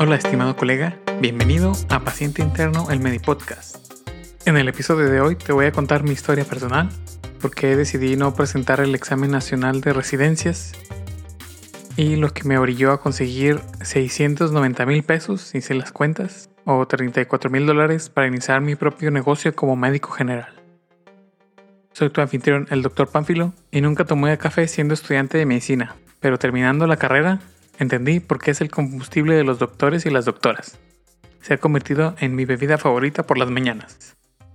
Hola estimado colega, bienvenido a Paciente Interno, el Medipodcast. En el episodio de hoy te voy a contar mi historia personal, por qué decidí no presentar el examen nacional de residencias y lo que me orilló a conseguir 690,000 pesos, si hice las cuentas, o $34,000 para iniciar mi propio negocio como médico general. Soy tu anfitrión, el Dr. Pánfilo, y nunca tomé café siendo estudiante de medicina, pero terminando la carrera, entendí por qué es el combustible de los doctores y las doctoras. Se ha convertido en mi bebida favorita por las mañanas.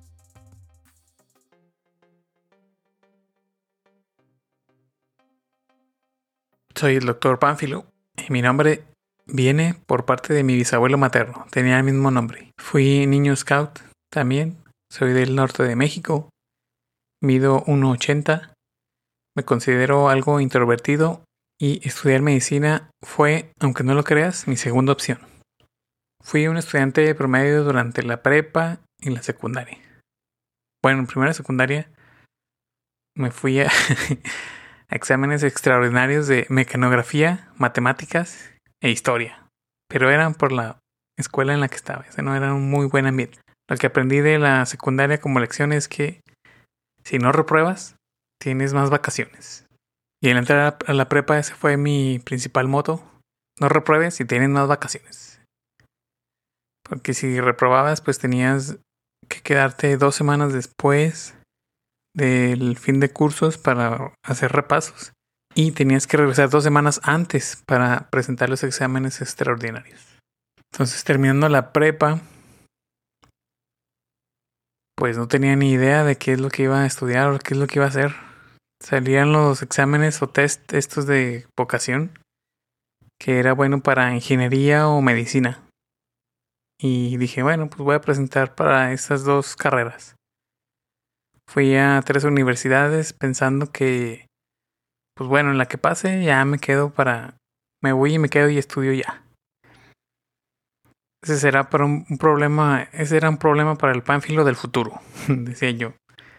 Soy el Dr. Pánfilo y mi nombre viene por parte de mi bisabuelo materno. Tenía el mismo nombre. Fui niño scout también. Soy del norte de México. Mido 1,80. Me considero algo introvertido y estudiar medicina fue, aunque no lo creas, mi segunda opción. Fui un estudiante promedio durante la prepa y la secundaria. Bueno, en primera secundaria me fui a exámenes extraordinarios de mecanografía, matemáticas e historia. Pero eran por la escuela en la que estaba. Ese no era un muy buen ambiente. Lo que aprendí de la secundaria como lección es que si no repruebas, tienes más vacaciones. Y al entrar a la prepa ese fue mi principal moto. No repruebes y tienes más vacaciones. Porque si reprobabas, pues tenías que quedarte 2 semanas después del fin de cursos para hacer repasos. Y tenías que regresar 2 semanas antes para presentar los exámenes extraordinarios. Entonces, terminando la prepa, pues no tenía ni idea de qué es lo que iba a estudiar o qué es lo que iba a hacer. Salían los exámenes o test estos de vocación, que era bueno para ingeniería o medicina. Y dije, bueno, pues voy a presentar para estas 2 carreras. Fui a 3 universidades pensando que, pues bueno, en la que pase ya me voy y me quedo y estudio ya. Ese era un problema para el Pánfilo del futuro, decía yo.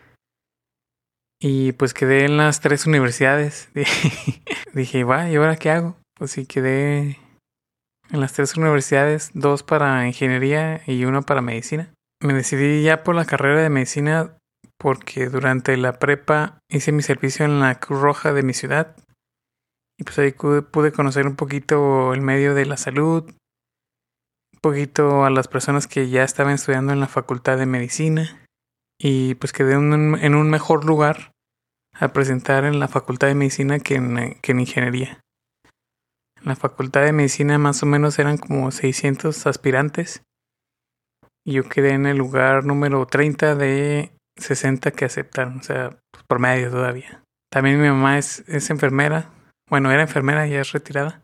Y pues quedé en las 3 universidades. Dije, va, ¿y ahora qué hago? Pues sí, quedé en las 3 universidades, 2 para ingeniería y 1 para medicina. Me decidí ya por la carrera de medicina porque durante la prepa hice mi servicio en la Cruz Roja de mi ciudad. Y pues ahí pude conocer un poquito el medio de la salud, un poquito a las personas que ya estaban estudiando en la facultad de medicina. Y pues quedé en un mejor lugar a presentar en la facultad de medicina que en ingeniería. En la facultad de medicina más o menos eran como 600 aspirantes. Y yo quedé en el lugar número 30 de 60 que aceptaron, o sea, pues por medio todavía. También mi mamá es enfermera. Bueno, era enfermera, ya es retirada.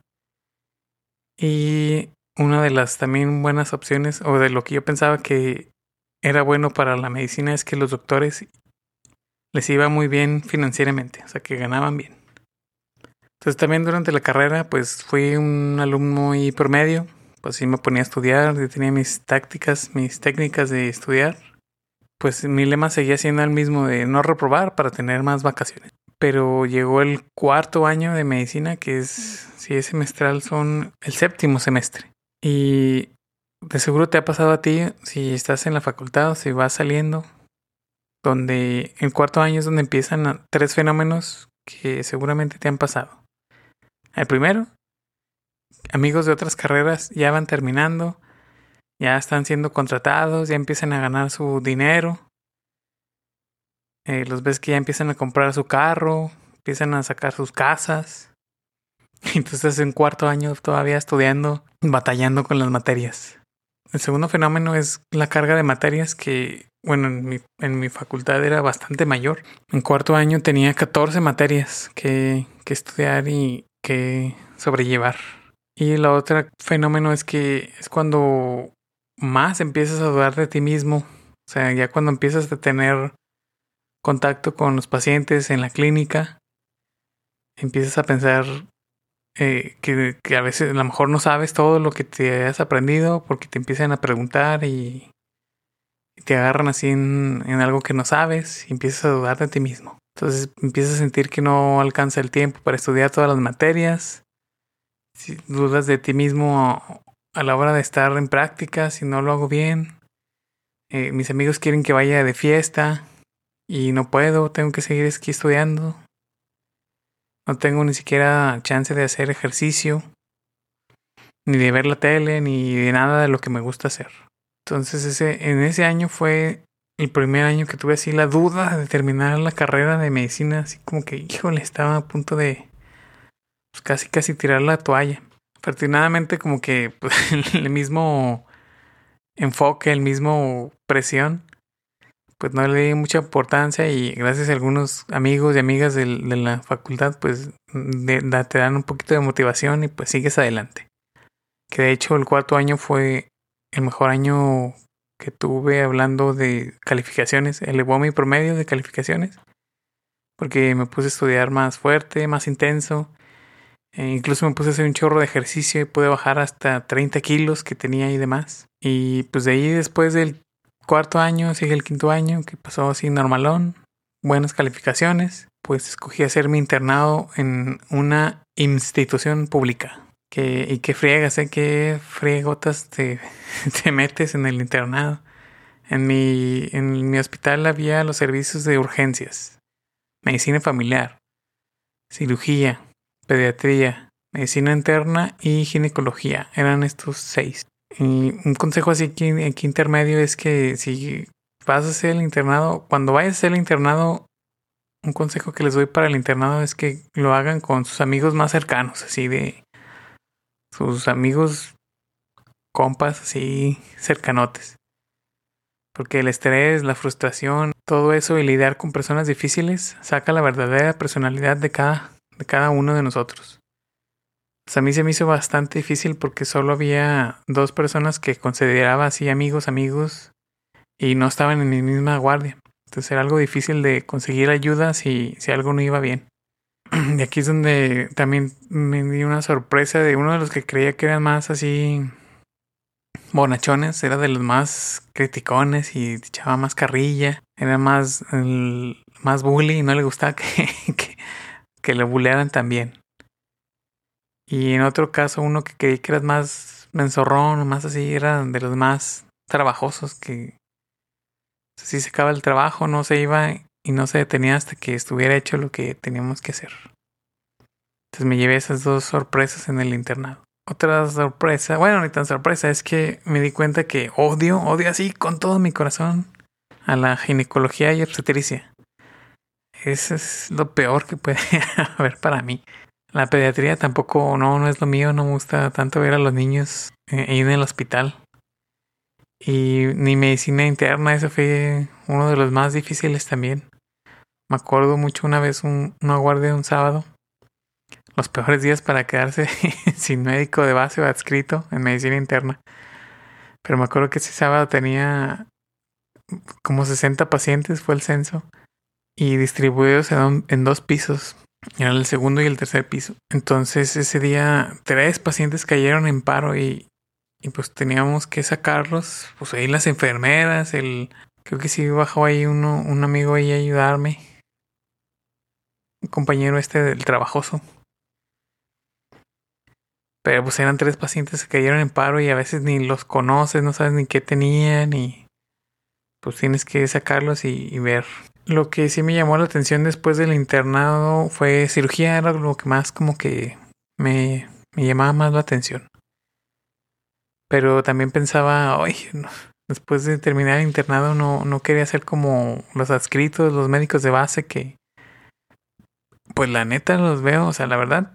Y una de las también buenas opciones, o de lo que yo pensaba que era bueno para la medicina, es que los doctores les iba muy bien financieramente, o sea, que ganaban bien. Entonces también durante la carrera, pues fui un alumno muy promedio. Pues sí me ponía a estudiar, yo tenía mis técnicas de estudiar. Pues mi lema seguía siendo el mismo de no reprobar para tener más vacaciones. Pero llegó el 4º año de medicina, que si es semestral, son el 7º semestre. Y de seguro te ha pasado a ti, si estás en la facultad o si vas saliendo, donde el 4º año es donde empiezan 3 fenómenos que seguramente te han pasado. El primero, amigos de otras carreras ya van terminando, ya están siendo contratados, ya empiezan a ganar su dinero. Los ves que ya empiezan a comprar su carro, empiezan a sacar sus casas. Y tú estás en 4º año todavía estudiando, batallando con las materias. El segundo fenómeno es la carga de materias que, bueno, en mi facultad era bastante mayor. En 4º año tenía 14 materias que estudiar y que sobrellevar. Y el otro fenómeno es que es cuando más empiezas a dudar de ti mismo. O sea, ya cuando empiezas a tener contacto con los pacientes en la clínica, empiezas a pensar que a veces a lo mejor no sabes todo lo que te has aprendido porque te empiezan a preguntar y te agarran así en algo que no sabes y empiezas a dudar de ti mismo. Entonces empiezas a sentir que no alcanza el tiempo para estudiar todas las materias. Si dudas de ti mismo a la hora de estar en práctica, si no lo hago bien. Mis amigos quieren que vaya de fiesta y no puedo, tengo que seguir aquí estudiando. No tengo ni siquiera chance de hacer ejercicio, ni de ver la tele, ni de nada de lo que me gusta hacer. Entonces en ese año fue el primer año que tuve así la duda de terminar la carrera de medicina, así como que, híjole, estaba a punto de pues, casi tirar la toalla. Afortunadamente como que pues, el mismo enfoque, el mismo presión, pues no le di mucha importancia y gracias a algunos amigos y amigas de la facultad, pues te dan un poquito de motivación y pues sigues adelante. Que de hecho el cuarto año fue el mejor año que tuve hablando de calificaciones. Elevó mi promedio de calificaciones porque me puse a estudiar más fuerte, más intenso. Incluso me puse a hacer un chorro de ejercicio y pude bajar hasta 30 kilos que tenía y demás. Y pues de ahí después del cuarto año, sigue el quinto año, que pasó así normalón, buenas calificaciones. Pues escogí hacer mi internado en una institución pública. Y qué friegas, qué friegotas te metes en el internado. En mi hospital había los servicios de urgencias, medicina familiar, cirugía, pediatría, medicina interna y ginecología. Eran estos 6. Y un consejo así aquí intermedio es que si vas a hacer el internado, cuando vayas a hacer el internado, un consejo que les doy para el internado es que lo hagan con sus amigos más cercanos, así de sus amigos, compas, así cercanotes. Porque el estrés, la frustración, todo eso y lidiar con personas difíciles saca la verdadera personalidad de cada uno de nosotros. Pues a mí se me hizo bastante difícil porque solo había 2 personas que consideraba así amigos y no estaban en mi misma guardia. Entonces era algo difícil de conseguir ayuda si algo no iba bien. Y aquí es donde también me di una sorpresa de uno de los que creía que eran más así bonachones, era de los más criticones y echaba más carrilla, era más bully y no le gustaba que le bullearan también. Y en otro caso uno que creí que era más menzorrón o más así, era de los más trabajosos, que si se acaba el trabajo no se iba y no se detenía hasta que estuviera hecho lo que teníamos que hacer. Entonces me llevé esas 2 sorpresas en el internado. Otra sorpresa, bueno, ni tan sorpresa, es que me di cuenta que odio así con todo mi corazón a la ginecología y obstetricia. Eso es lo peor que puede haber para mí. La pediatría tampoco, no es lo mío, no me gusta tanto ver a los niños ahí en el hospital. Y ni medicina interna, eso fue uno de los más difíciles también. Me acuerdo mucho una vez una guardia un sábado. Los peores días para quedarse sin médico de base o adscrito en medicina interna. Pero me acuerdo que ese sábado tenía como 60 pacientes, fue el censo, y distribuidos en 2 pisos. Era el segundo y el tercer piso. Entonces ese día 3 pacientes cayeron en paro y pues teníamos que sacarlos. Pues ahí las enfermeras, creo que sí bajó ahí un amigo ahí a ayudarme. Un compañero del trabajoso. Pero pues eran 3 pacientes que cayeron en paro y a veces ni los conoces, no sabes ni qué tenían y pues tienes que sacarlos y ver. Lo que sí me llamó la atención después del internado fue cirugía, era lo que más como que me llamaba más la atención. Pero también pensaba, después de terminar el internado no quería ser como los adscritos, los médicos de base que pues la neta los veo, o sea, la verdad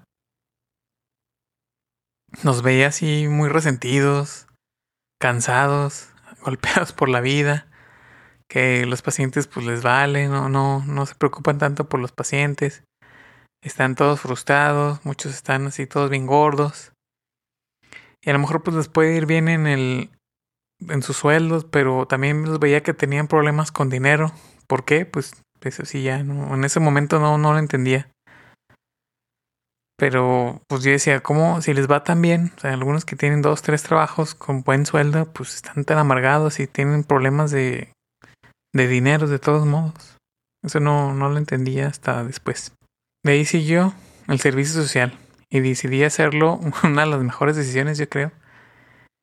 nos veía así muy resentidos, cansados, golpeados por la vida, que los pacientes pues les vale, no se preocupan tanto por los pacientes, están todos frustrados, muchos están así todos bien gordos, y a lo mejor pues les puede ir bien en sus sueldos, pero también los veía que tenían problemas con dinero. ¿Por qué? Pues eso sí ya no, en ese momento no lo entendía. Pero pues yo decía, ¿cómo si les va tan bien? O sea, algunos que tienen 2, 3 trabajos con buen sueldo, pues están tan amargados y tienen problemas de dinero de todos modos. Eso no lo entendía hasta después. De ahí siguió el servicio social y decidí hacerlo una de las mejores decisiones, yo creo.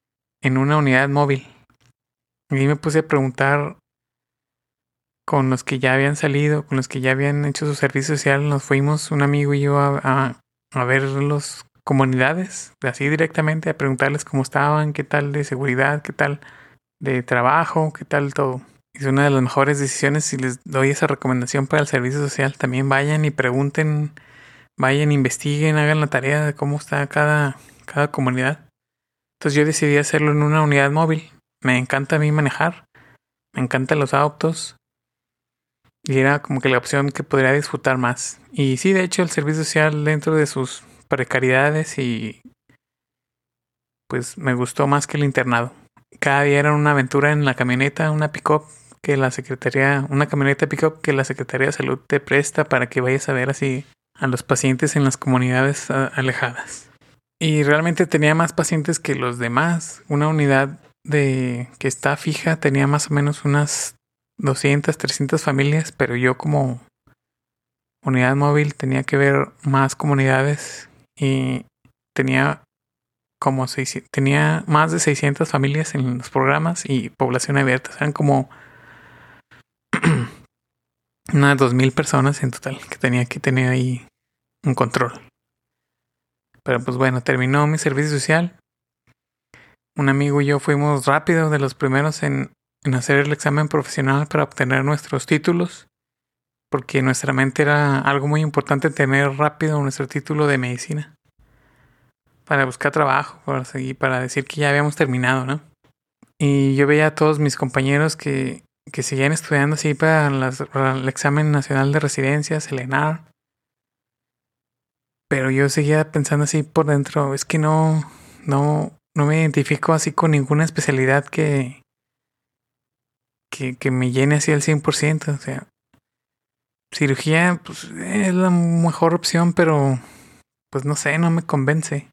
en una unidad móvil. Y me puse a preguntar con los que ya habían salido, con los que ya habían hecho su servicio social. Nos fuimos, un amigo y yo, a ver las comunidades, así directamente, a preguntarles cómo estaban, qué tal de seguridad, qué tal de trabajo, qué tal todo. Es una de las mejores decisiones si les doy esa recomendación para el servicio social. También vayan y pregunten, vayan, investiguen, hagan la tarea de cómo está cada comunidad. Entonces yo decidí hacerlo en una unidad móvil. Me encanta a mí manejar, me encantan los autos y era como que la opción que podría disfrutar más. Y sí, de hecho el servicio social dentro de sus precariedades y pues me gustó más que el internado. Cada día era una aventura en la camioneta, una pick-up que la secretaría, una camioneta pick-up que la Secretaría de Salud te presta para que vayas a ver así a los pacientes en las comunidades alejadas. Y realmente tenía más pacientes que los demás. Una unidad que está fija tenía más o menos unas 200, 300 familias, pero yo como unidad móvil tenía que ver más comunidades y tenía tenía más de 600 familias en los programas y población abierta. Eran como unas 2000 personas en total que tenía que tener ahí un control. Pero pues bueno, terminó mi servicio social. Un amigo y yo fuimos rápido, de los primeros en hacer el examen profesional para obtener nuestros títulos, porque en nuestra mente era algo muy importante tener rápido nuestro título de medicina para buscar trabajo, para decir que ya habíamos terminado, ¿no? Y yo veía a todos mis compañeros que seguían estudiando así para el examen nacional de residencias, el ENAR. Pero yo seguía pensando así por dentro, es que no me identifico así con ninguna especialidad que me llene así al 100%. O sea, cirugía pues es la mejor opción, pero pues no sé, no me convence.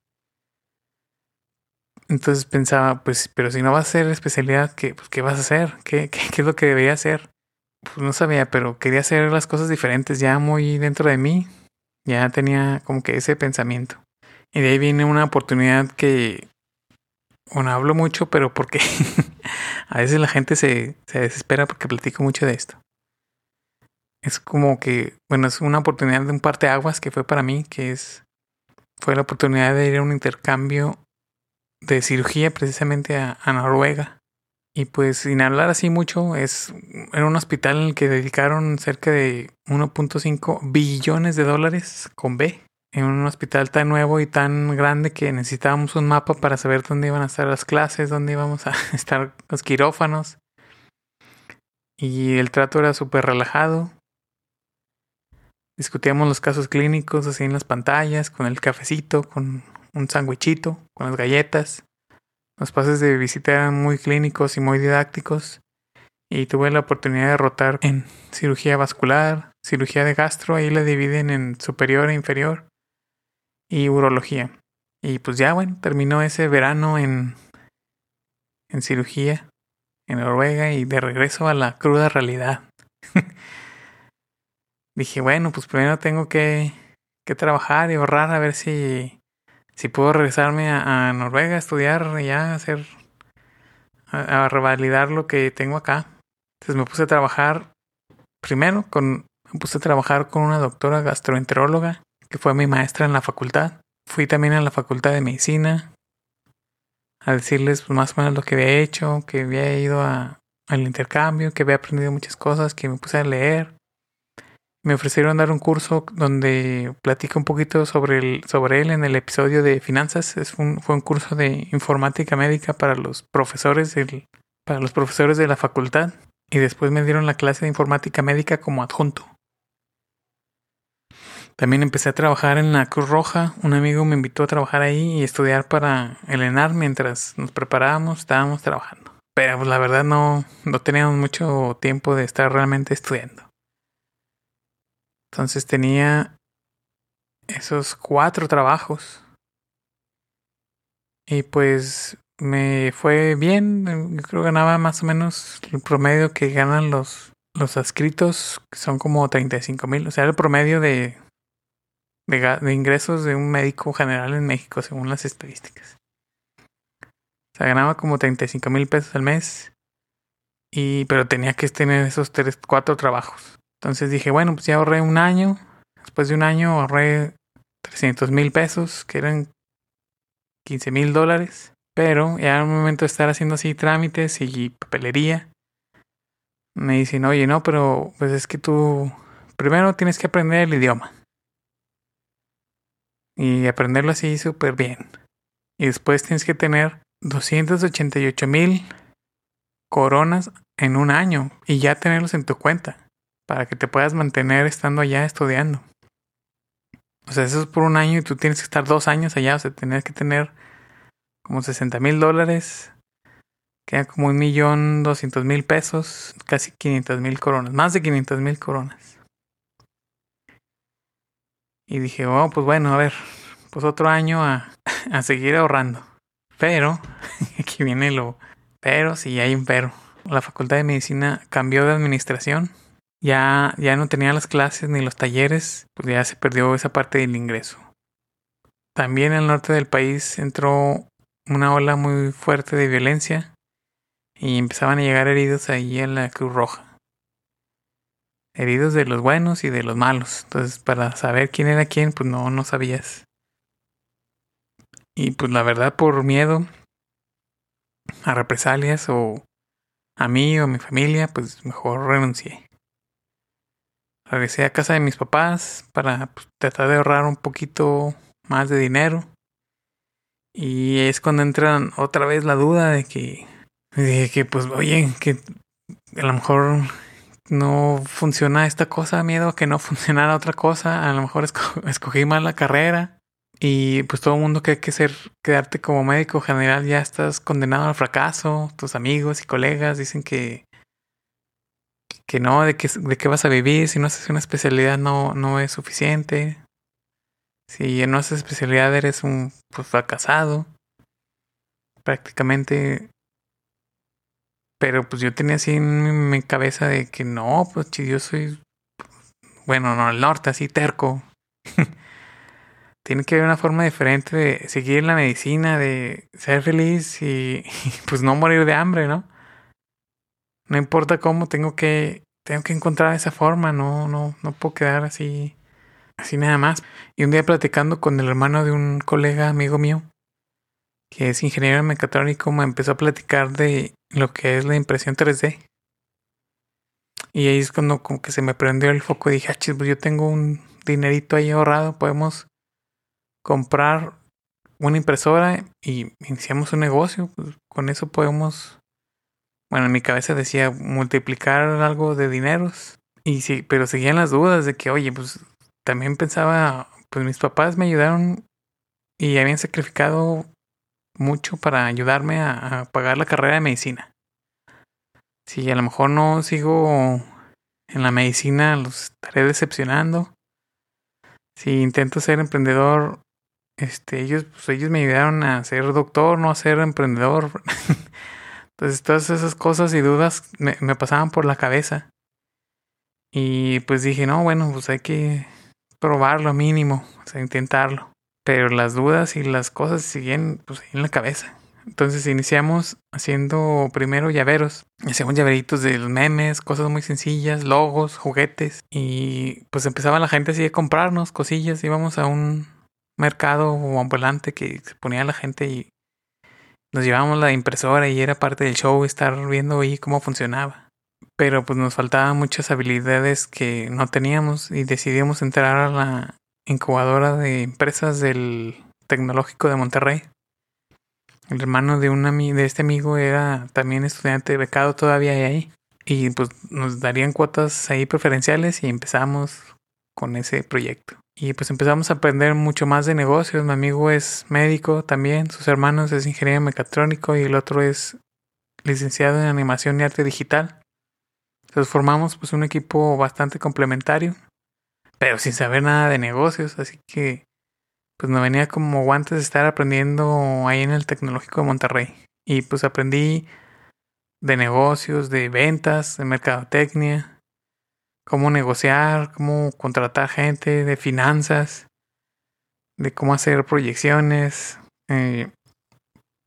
Entonces pensaba, pues, pero si no vas a hacer especialidad, ¿qué vas a hacer? ¿Qué es lo que debería hacer? Pues no sabía, pero quería hacer las cosas diferentes ya muy dentro de mí. Ya tenía como que ese pensamiento. Y de ahí viene una oportunidad que, bueno, hablo mucho, pero porque a veces la gente se desespera porque platico mucho de esto. Es como que, bueno, es una oportunidad de un parteaguas que fue para mí, fue la oportunidad de ir a un intercambio de cirugía precisamente a Noruega. Y pues sin hablar así mucho, era un hospital en el que dedicaron cerca de 1.5 billones de dólares con B. En un hospital tan nuevo y tan grande que necesitábamos un mapa para saber dónde iban a estar las clases, dónde íbamos a estar los quirófanos. Y el trato era súper relajado. Discutíamos los casos clínicos así en las pantallas, con el cafecito, con un sándwichito, con las galletas. Los pases de visita eran muy clínicos y muy didácticos. Y tuve la oportunidad de rotar en cirugía vascular, cirugía de gastro, ahí la dividen en superior e inferior, y urología. Y pues ya, bueno, terminó ese verano en cirugía en Noruega y de regreso a la cruda realidad. Dije, bueno, pues primero tengo que trabajar y ahorrar a ver si puedo regresarme a Noruega a estudiar y ya a revalidar lo que tengo acá. Entonces me puse a trabajar con una doctora gastroenteróloga que fue mi maestra en la facultad. Fui también a la facultad de medicina a decirles pues, más o menos lo que había hecho, que había ido al intercambio, que había aprendido muchas cosas, que me puse a leer. Me ofrecieron dar un curso donde platico un poquito sobre él en el episodio de finanzas. Fue un curso de informática médica para los profesores de la facultad. Y después me dieron la clase de informática médica como adjunto. También empecé a trabajar en la Cruz Roja. Un amigo me invitó a trabajar ahí y estudiar para el ENAR mientras nos preparábamos, estábamos trabajando. Pero pues, la verdad no teníamos mucho tiempo de estar realmente estudiando. Entonces tenía esos 4 trabajos. Y pues me fue bien. Yo creo que ganaba más o menos el promedio que ganan los adscritos, que son como 35,000. O sea, el promedio de ingresos de un médico general en México, según las estadísticas. sea, ganaba como 35,000 pesos al mes. Pero tenía que tener esos 4 trabajos. Entonces dije, bueno, pues ya ahorré un año. Después de un año ahorré 300,000 pesos, que eran $15,000. Pero ya al momento de estar haciendo así trámites y papelería, me dicen, oye, no, pero pues es que tú primero tienes que aprender el idioma. Y aprenderlo así súper bien. Y después tienes que tener 288,000 coronas en un año y ya tenerlos en tu cuenta para que te puedas mantener estando allá estudiando. O sea, eso es por un año y tú tienes que estar 2 años allá. O sea, tienes que tener como $60,000, queda como 1,200,000 pesos, casi 500,000 coronas, más de 500,000 coronas. Y dije, oh, pues bueno, a ver, pues otro año a seguir ahorrando. Pero, aquí viene pero, sí hay un pero. La Facultad de Medicina cambió de administración. Ya no tenía las clases ni los talleres, pues ya se perdió esa parte del ingreso. También en el norte del país entró una ola muy fuerte de violencia y empezaban a llegar heridos ahí en la Cruz Roja. Heridos de los buenos y de los malos. Entonces, para saber quién era quién, pues no sabías. Y pues la verdad, por miedo a represalias o a mí o a mi familia, pues mejor renuncié. Regresé a casa de mis papás para pues, tratar de ahorrar un poquito más de dinero. Y es cuando entra otra vez la duda de que pues, oye, que a lo mejor no funciona esta cosa, miedo a que no funcionara otra cosa. A lo mejor escogí mal la carrera. Y pues todo el mundo cree que quedarte como médico general ya estás condenado al fracaso. Tus amigos y colegas dicen que no, de qué vas a vivir. Si no haces una especialidad no es suficiente. Si no haces especialidad eres un pues, fracasado. Prácticamente. Pero pues yo tenía así en mi cabeza de que no, pues si yo soy, bueno, no, el norte, así terco. Tiene que haber una forma diferente de seguir la medicina, de ser feliz y pues no morir de hambre, ¿no? No importa cómo, tengo que encontrar esa forma, no puedo quedar así nada más. Y un día platicando con el hermano de un colega amigo mío, que es ingeniero mecatrónico, me empezó a platicar de lo que es la impresión 3D. Y ahí es cuando como que se me prendió el foco y dije, chis, pues yo tengo un dinerito ahí ahorrado, podemos comprar una impresora y iniciamos un negocio. Pues con eso podemos, bueno, en mi cabeza decía multiplicar algo de dineros. Y sí, pero seguían las dudas de que, oye, pues también pensaba, pues mis papás me ayudaron y habían sacrificado mucho para ayudarme a pagar la carrera de medicina. Si a lo mejor no sigo en la medicina, los estaré decepcionando. Si intento ser emprendedor, ellos me ayudaron a ser doctor, no a ser emprendedor. Entonces todas esas cosas y dudas me pasaban por la cabeza. Y pues dije, no, bueno, pues hay que probarlo mínimo, o sea, intentarlo. Pero las dudas y las cosas siguen pues ahí en la cabeza. Entonces iniciamos haciendo primero llaveros. Hacíamos llaveritos de los memes, cosas muy sencillas, logos, juguetes. Y pues empezaba la gente así a comprarnos cosillas. Íbamos a un mercado o ambulante que se ponía la gente y nos llevábamos la impresora y era parte del show estar viendo ahí cómo funcionaba. Pero pues nos faltaban muchas habilidades que no teníamos y decidimos entrar a la incubadora de empresas del Tecnológico de Monterrey. El hermano de este amigo era también estudiante becado todavía ahí. Y pues nos darían cuotas ahí preferenciales y empezamos con ese proyecto. Y pues empezamos a aprender mucho más de negocios. Mi amigo es médico también, sus hermanos es ingeniero mecatrónico y el otro es licenciado en animación y arte digital. Entonces formamos pues un equipo bastante complementario, pero sin saber nada de negocios, así que pues me venía como guantes de estar aprendiendo ahí en el Tecnológico de Monterrey. Y pues aprendí de negocios, de ventas, de mercadotecnia, cómo negociar, cómo contratar gente, de finanzas, de cómo hacer proyecciones,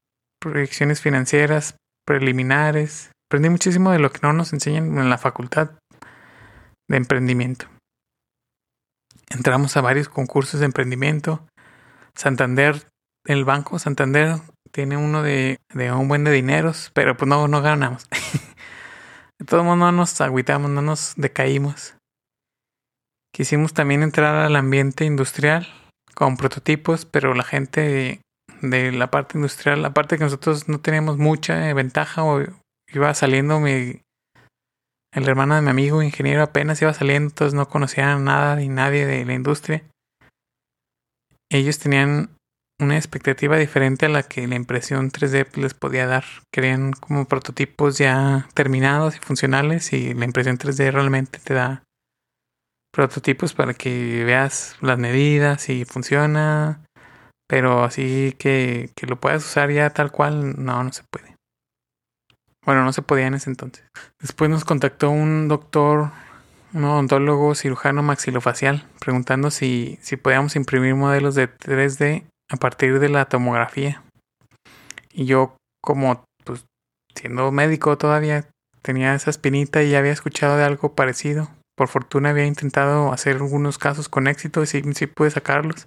proyecciones financieras, preliminares. Aprendí muchísimo de lo que no nos enseñan en la facultad de emprendimiento. Entramos a varios concursos de emprendimiento. Santander, el banco Santander tiene uno de un buen de dineros, pero pues no ganamos. De todos modos no nos agüitamos, no nos decaímos. Quisimos también entrar al ambiente industrial con prototipos, pero la gente de la parte industrial, aparte que nosotros no teníamos mucha ventaja, o iba saliendo el hermano de mi amigo ingeniero apenas iba saliendo, entonces no conocían nada ni nadie de la industria. Ellos tenían una expectativa diferente a la que la impresión 3D les podía dar. Querían como prototipos ya terminados y funcionales, y la impresión 3D realmente te da prototipos para que veas las medidas y funciona, pero así que lo puedas usar ya tal cual, no se puede. Bueno, no se podía en ese entonces. Después nos contactó un doctor, un odontólogo cirujano maxilofacial, preguntando si podíamos imprimir modelos de 3D a partir de la tomografía. Y yo, como pues siendo médico todavía, tenía esa espinita y ya había escuchado de algo parecido. Por fortuna había intentado hacer algunos casos con éxito y sí pude sacarlos.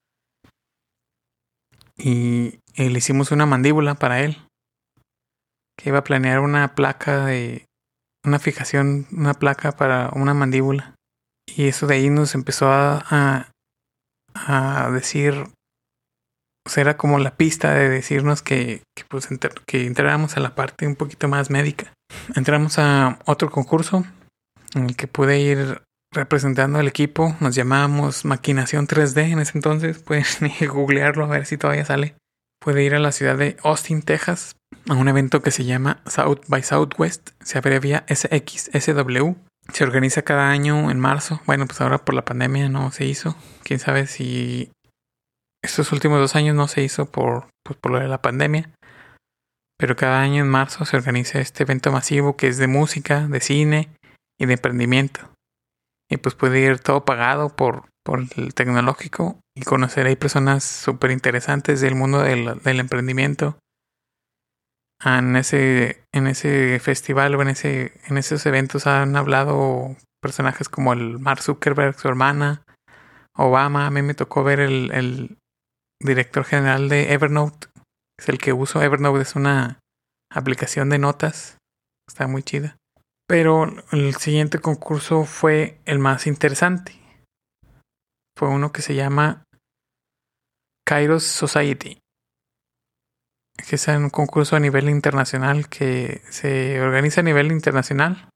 Y le hicimos una mandíbula para él, que iba a planear una placa una fijación, una placa para una mandíbula. Y eso de ahí nos empezó a decir, o sea, era como la pista de decirnos que entráramos a la parte un poquito más médica. Entramos a otro concurso en el que pude ir representando al equipo. Nos llamábamos Maquinación 3D en ese entonces. Pueden googlearlo a ver si todavía sale. Pude ir a la ciudad de Austin, Texas, a un evento que se llama South by Southwest. Se abrevia SXSW. Se organiza cada año en marzo. Bueno, pues ahora por la pandemia no se hizo. Quién sabe si estos últimos 2 años no se hizo por lo de la pandemia. Pero cada año en marzo se organiza este evento masivo que es de música, de cine y de emprendimiento. Y pues puede ir todo pagado por el tecnológico y conocer ahí personas súper interesantes del mundo del emprendimiento. En ese festival o en esos eventos han hablado personajes como el Mark Zuckerberg, su hermana, Obama. A mí me tocó ver el director general de Evernote, que es el que uso. Evernote es una aplicación de notas, está muy chida. Pero el siguiente concurso fue el más interesante. Fue uno que se llama Kairos Society, que es un concurso a nivel internacional que se organiza a nivel internacional.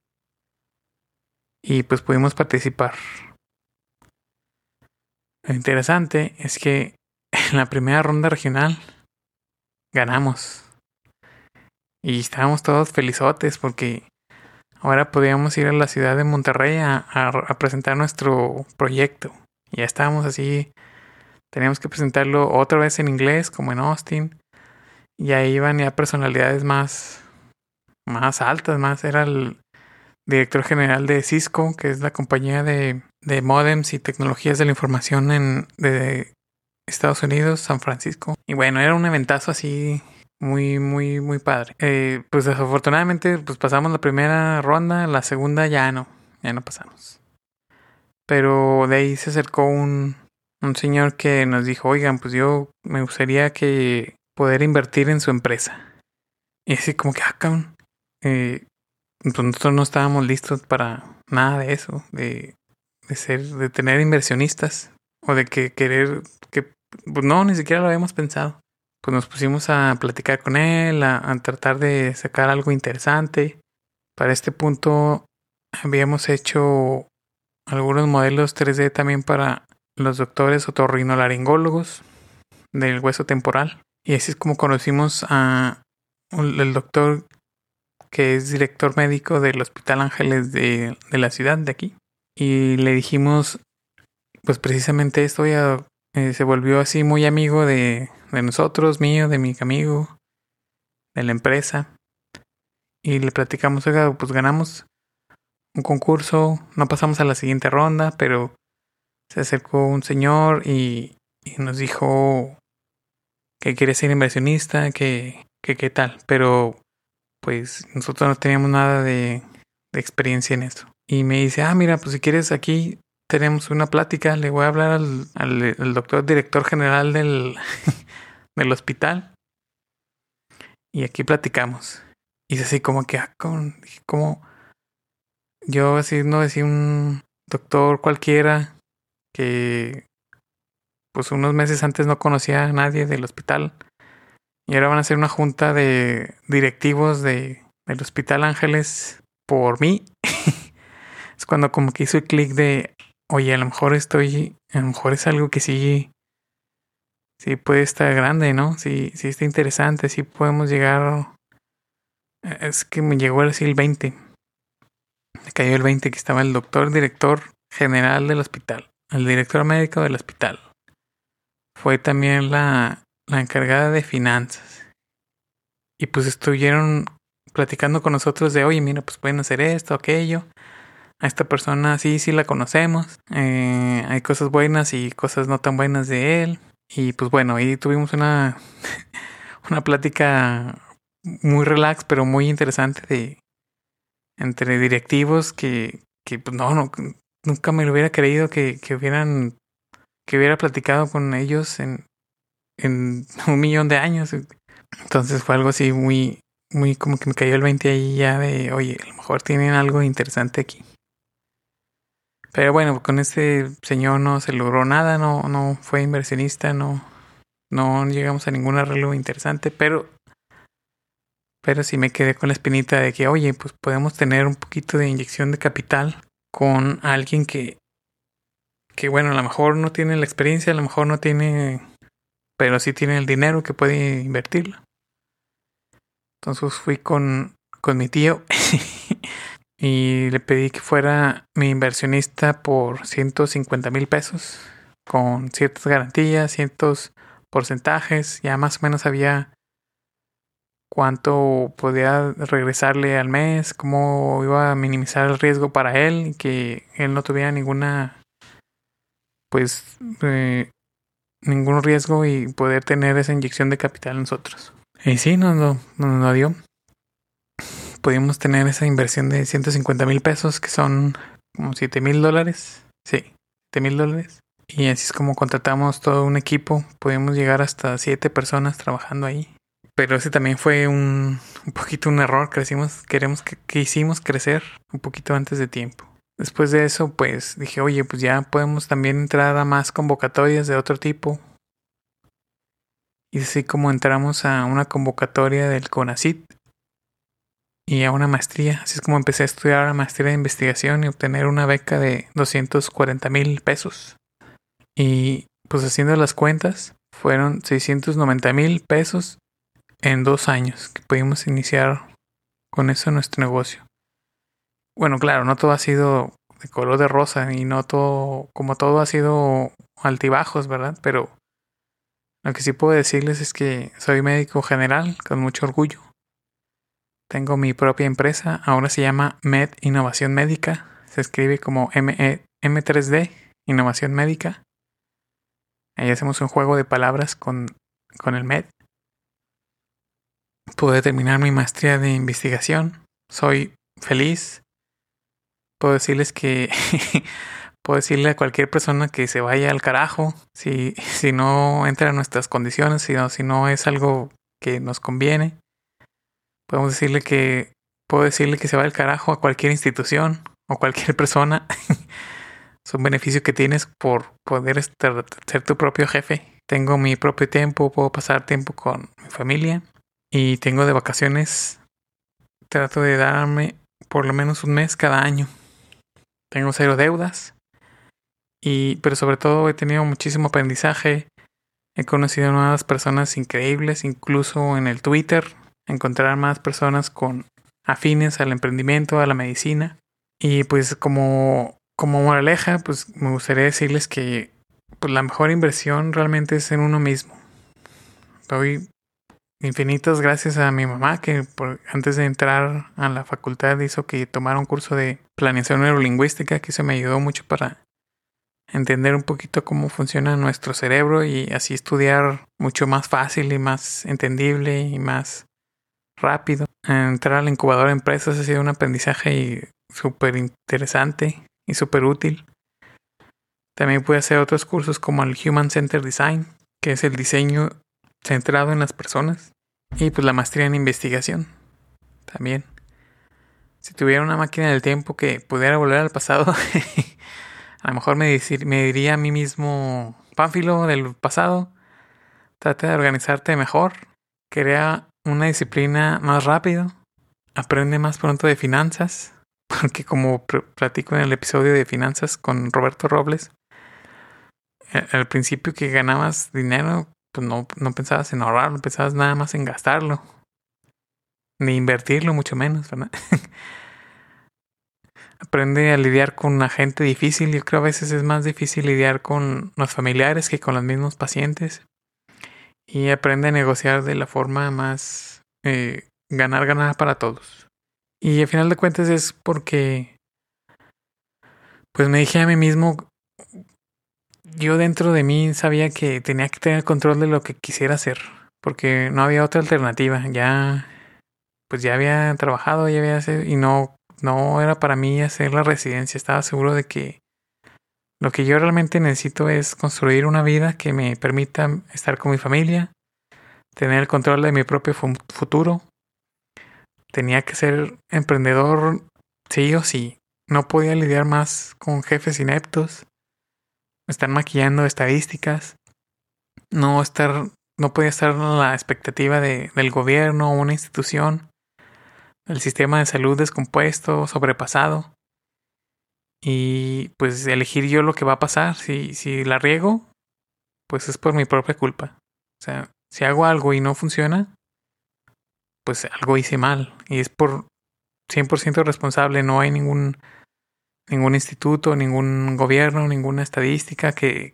Y pues pudimos participar. Lo interesante es que en la primera ronda regional ganamos. Y estábamos todos felizotes porque ahora podíamos ir a la ciudad de Monterrey a presentar nuestro proyecto. Y ya estábamos así. Teníamos que presentarlo otra vez en inglés, como en Austin. Y ahí iban ya personalidades más altas. Era el director general de Cisco, que es la compañía de módems y tecnologías de la información de Estados Unidos, San Francisco. Y bueno, era un eventazo así muy, muy, muy padre. Pues desafortunadamente pues pasamos la primera ronda, la segunda ya no pasamos. Pero de ahí se acercó un señor que nos dijo, oigan, pues yo me gustaría que poder invertir en su empresa. Y así como que, cabrón, pues nosotros no estábamos listos para nada de eso, de tener inversionistas, o de querer, pues no, ni siquiera lo habíamos pensado. Pues nos pusimos a platicar con él, a tratar de sacar algo interesante. Para este punto habíamos hecho algunos modelos 3D también para los doctores otorrinolaringólogos del hueso temporal. Y así es como conocimos el doctor que es director médico del Hospital Ángeles de la ciudad de aquí. Y le dijimos, pues precisamente esto ya se volvió así muy amigo de nosotros, mío, de mi amigo, de la empresa. Y le platicamos, oiga, pues ganamos un concurso, no pasamos a la siguiente ronda, pero se acercó un señor y nos dijo que quería ser inversionista, que que qué tal, pero pues nosotros no teníamos nada de experiencia en eso. Y me dice, mira, pues si quieres aquí tenemos una plática, le voy a hablar al doctor director general del hospital y aquí platicamos. Y es así como que, como yo así no decía un doctor cualquiera que pues unos meses antes no conocía a nadie del hospital y ahora van a hacer una junta de directivos del Hospital Ángeles por mí. Es cuando como que hizo el clic de, oye, a lo mejor es algo que sí puede estar grande, ¿no? Sí está interesante, sí podemos llegar. Es que me llegó así el 20. Me cayó el 20 que estaba el director general del hospital, el director médico del hospital. Fue también la encargada de finanzas. Y pues estuvieron platicando con nosotros de, oye, mira, pues pueden hacer esto, aquello. A esta persona sí la conocemos. Hay cosas buenas y cosas no tan buenas de él. Y pues bueno, ahí tuvimos una plática muy relax, pero muy interesante entre directivos que pues no, nunca me lo hubiera creído que hubiera platicado con ellos en 1,000,000 de años. Entonces fue algo así muy como que me cayó el 20 ahí ya de, oye, a lo mejor tienen algo interesante aquí. Pero bueno, con este señor no se logró nada, no fue inversionista, no llegamos a ningún arreglo interesante, pero sí me quedé con la espinita de que, oye, pues podemos tener un poquito de inyección de capital con alguien que bueno, a lo mejor no tiene la experiencia, a lo mejor no tiene, pero sí tiene el dinero que puede invertirlo. Entonces fui con mi tío y le pedí que fuera mi inversionista por 150,000 pesos, con ciertas garantías, ciertos porcentajes. Ya más o menos sabía cuánto podía regresarle al mes, cómo iba a minimizar el riesgo para él y que él no tuviera ningún riesgo y poder tener esa inyección de capital nosotros. Y sí, nos lo dio. Pudimos tener esa inversión de 150,000 pesos, que son como $7,000. Sí, $7,000. Y así es como contratamos todo un equipo. Pudimos llegar hasta 7 personas trabajando ahí. Pero ese también fue un poquito un error. Quisimos crecer un poquito antes de tiempo. Después de eso, pues dije, oye, pues ya podemos también entrar a más convocatorias de otro tipo. Y así como entramos a una convocatoria del CONACYT y a una maestría. Así es como empecé a estudiar la maestría de investigación y obtener una beca de 240,000 pesos. Y pues haciendo las cuentas, fueron 690,000 pesos en 2 años que pudimos iniciar con eso nuestro negocio. Bueno, claro, no todo ha sido de color de rosa y no todo, como todo ha sido altibajos, ¿verdad? Pero lo que sí puedo decirles es que soy médico general con mucho orgullo. Tengo mi propia empresa, ahora se llama Med Innovación Médica. Se escribe como M3D, Innovación Médica. Ahí hacemos un juego de palabras con el Med. Pude terminar mi maestría de investigación. Soy feliz. Puedo decirles que puedo decirle a cualquier persona que se vaya al carajo si no entra en nuestras condiciones, si no es algo que nos conviene. Puedo decirle que se vaya al carajo a cualquier institución o cualquier persona. Es un beneficio que tienes por poder ser tu propio jefe. Tengo mi propio tiempo, puedo pasar tiempo con mi familia y tengo de vacaciones. Trato de darme por lo menos un mes cada año. Tengo 0 deudas, pero sobre todo he tenido muchísimo aprendizaje. He conocido nuevas personas increíbles, incluso en el Twitter. Encontrar más personas con afines al emprendimiento, a la medicina. Y pues como moraleja, pues me gustaría decirles que pues la mejor inversión realmente es en uno mismo. Doy infinitas gracias a mi mamá que antes de entrar a la facultad hizo que tomara un curso de planeación neurolingüística, que eso me ayudó mucho para entender un poquito cómo funciona nuestro cerebro y así estudiar mucho más fácil y más entendible y más rápido. Entrar a la incubadora de empresas ha sido un aprendizaje súper interesante y súper útil. También pude hacer otros cursos como el Human Centered Design, que es el diseño centrado en las personas. Y pues la maestría en investigación también. Si tuviera una máquina del tiempo que pudiera volver al pasado, a lo mejor me diría a mí mismo, Pánfilo del pasado, trata de organizarte mejor, crea una disciplina más rápido, aprende más pronto de finanzas, porque como platico en el episodio de finanzas con Roberto Robles, al principio que ganabas dinero, pues no pensabas en ahorrar, no pensabas nada más en gastarlo, ni invertirlo, mucho menos, ¿verdad? Aprende a lidiar con una gente difícil. Yo creo a veces es más difícil lidiar con los familiares que con los mismos pacientes. Y aprende a negociar de la forma más ganar para todos. Y al final de cuentas es porque pues me dije a mí mismo, yo dentro de mí sabía que tenía que tener control de lo que quisiera hacer, porque no había otra alternativa. Ya había trabajado, y no era para mí hacer la residencia. Estaba seguro de que lo que yo realmente necesito es construir una vida que me permita estar con mi familia, tener el control de mi propio futuro. Tenía que ser emprendedor sí o sí. No podía lidiar más con jefes ineptos. Estar maquillando estadísticas. No podía estar en la expectativa del gobierno o una institución. El sistema de salud descompuesto, sobrepasado. Y pues elegir yo lo que va a pasar. Si la riego, pues es por mi propia culpa. O sea, si hago algo y no funciona, pues algo hice mal. Y es por 100% responsable. No hay ningún instituto, ningún gobierno, ninguna estadística que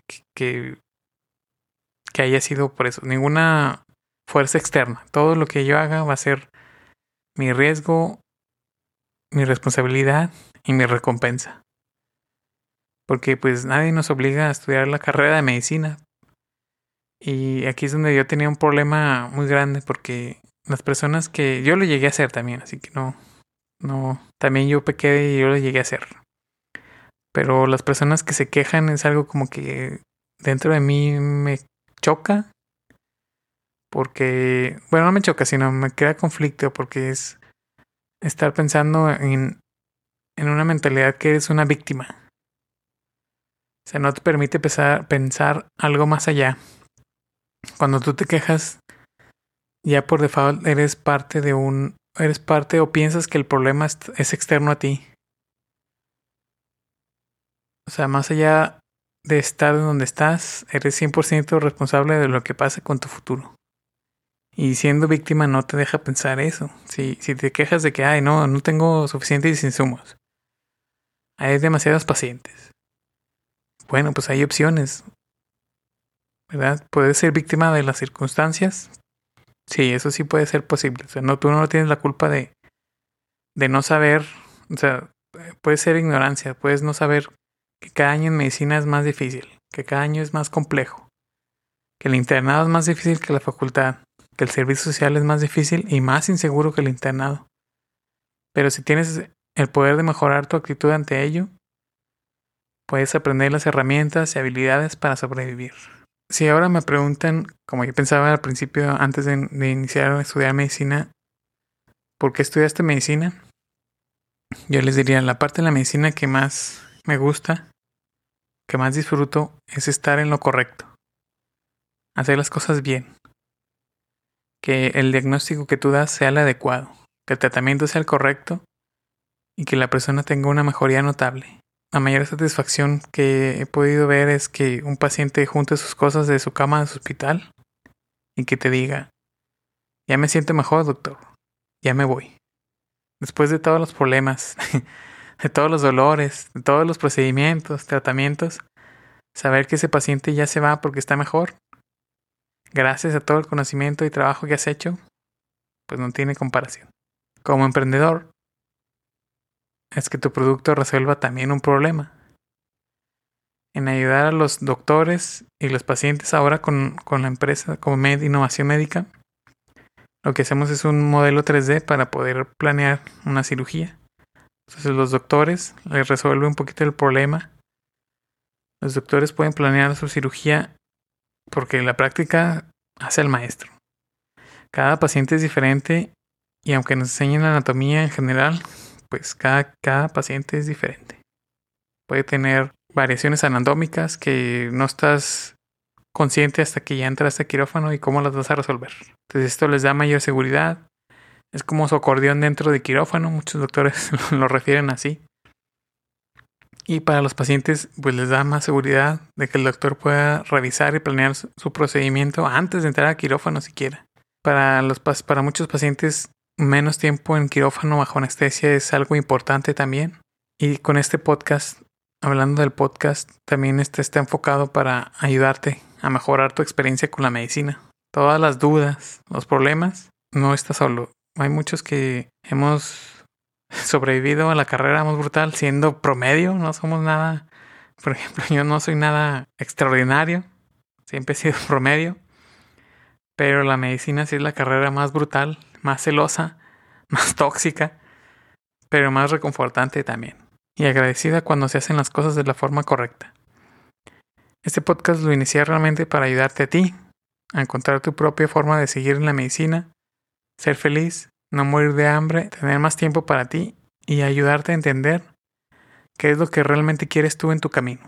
haya sido por eso. Ninguna fuerza externa. Todo lo que yo haga va a ser mi riesgo, mi responsabilidad y mi recompensa. Porque pues nadie nos obliga a estudiar la carrera de medicina. Y aquí es donde yo tenía un problema muy grande, porque las personas que yo lo llegué a hacer también, así que no, también yo pequé y yo lo llegué a hacer. Pero las personas que se quejan es algo como que dentro de mí me choca, porque, bueno, no me choca, sino me crea conflicto, porque es estar pensando en una mentalidad que eres una víctima. O sea, no te permite pensar algo más allá. Cuando tú te quejas, ya por default eres parte o piensas que el problema es externo a ti. O sea, más allá de estar donde estás, eres 100% responsable de lo que pase con tu futuro. Y siendo víctima no te deja pensar eso. Si te quejas de que, no tengo suficientes insumos, hay demasiados pacientes. Bueno, pues hay opciones, ¿verdad? Puedes ser víctima de las circunstancias. Sí, eso sí puede ser posible. O sea, tú no tienes la culpa de no saber. O sea, puede ser ignorancia. Puedes no saber que cada año en medicina es más difícil, que cada año es más complejo, que el internado es más difícil que la facultad, que el servicio social es más difícil y más inseguro que el internado. Pero si tienes el poder de mejorar tu actitud ante ello, puedes aprender las herramientas y habilidades para sobrevivir. Si ahora me preguntan, como yo pensaba al principio, antes de iniciar a estudiar medicina, ¿por qué estudiaste medicina? Yo les diría, la parte de la medicina que más me gusta, que más disfruto, es estar en lo correcto. Hacer las cosas bien. Que el diagnóstico que tú das sea el adecuado. Que el tratamiento sea el correcto y que la persona tenga una mejoría notable. La mayor satisfacción que he podido ver es que un paciente junte sus cosas de su cama de su hospital y que te diga, ya me siento mejor, doctor, ya me voy. Después de todos los problemas, de todos los dolores, de todos los procedimientos, tratamientos, saber que ese paciente ya se va porque está mejor, gracias a todo el conocimiento y trabajo que has hecho, pues no tiene comparación. Como emprendedor, es que tu producto resuelva también un problema. En ayudar a los doctores y los pacientes ahora con la empresa como Innovación Médica, Lo que hacemos es un modelo 3D para poder planear una cirugía. Entonces los doctores les resuelven un poquito el problema. Los doctores pueden planear su cirugía porque la práctica hace al maestro. Cada paciente es diferente y aunque nos enseñen la anatomía en general, pues cada paciente es diferente. Puede tener variaciones anatómicas que no estás consciente hasta que ya entras a quirófano y cómo las vas a resolver. Entonces esto les da mayor seguridad. Es como su acordeón dentro de quirófano. Muchos doctores lo refieren así. Y para los pacientes pues les da más seguridad de que el doctor pueda revisar y planear su procedimiento antes de entrar a quirófano siquiera. Para muchos pacientes menos tiempo en quirófano bajo anestesia es algo importante también. Y con este podcast, hablando del podcast, también está enfocado para ayudarte a mejorar tu experiencia con la medicina. Todas las dudas, los problemas, no estás solo. Hay muchos que hemos sobrevivido a la carrera más brutal siendo promedio, no somos nada. Por ejemplo, yo no soy nada extraordinario, siempre he sido promedio. Pero la medicina sí es la carrera más brutal, más celosa, más tóxica, pero más reconfortante también. Y agradecida cuando se hacen las cosas de la forma correcta. Este podcast lo inicié realmente para ayudarte a ti a encontrar tu propia forma de seguir en la medicina, ser feliz, no morir de hambre, tener más tiempo para ti y ayudarte a entender qué es lo que realmente quieres tú en tu camino.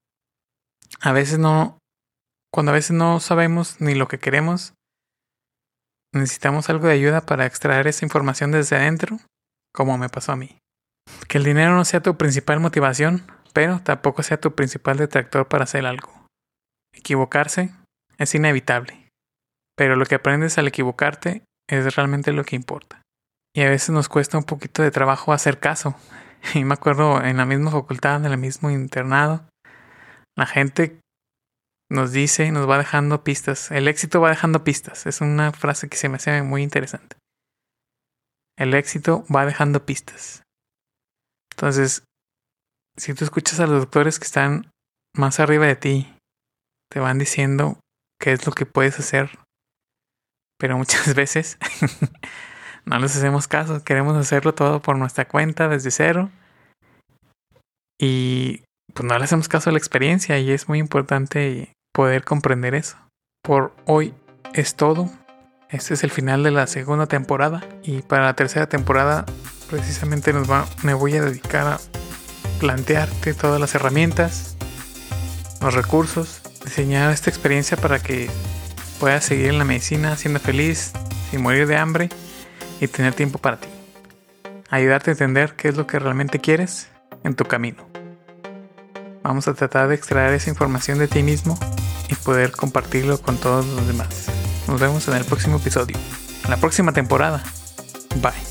Cuando a veces no sabemos ni lo que queremos, necesitamos algo de ayuda para extraer esa información desde adentro, como me pasó a mí. Que el dinero no sea tu principal motivación, pero tampoco sea tu principal detractor para hacer algo. Equivocarse es inevitable, pero lo que aprendes al equivocarte es realmente lo que importa. Y a veces nos cuesta un poquito de trabajo hacer caso. Y me acuerdo en la misma facultad, en el mismo internado, la gente nos va dejando pistas. El éxito va dejando pistas. Es una frase que se me hace muy interesante. El éxito va dejando pistas. Entonces, si tú escuchas a los doctores que están más arriba de ti, te van diciendo qué es lo que puedes hacer, pero muchas veces no les hacemos caso. Queremos hacerlo todo por nuestra cuenta desde cero y pues no le hacemos caso a la experiencia, y es muy importante poder comprender eso. Por hoy es todo. Este es el final de la segunda temporada, y para la tercera temporada precisamente me voy a dedicar a plantearte todas las herramientas, los recursos, diseñar esta experiencia para que puedas seguir en la medicina siendo feliz, sin morir de hambre y tener tiempo para ti. Ayudarte a entender qué es lo que realmente quieres en tu camino. Vamos a tratar de extraer esa información de ti mismo y poder compartirlo con todos los demás. Nos vemos en el próximo episodio, en la próxima temporada. Bye.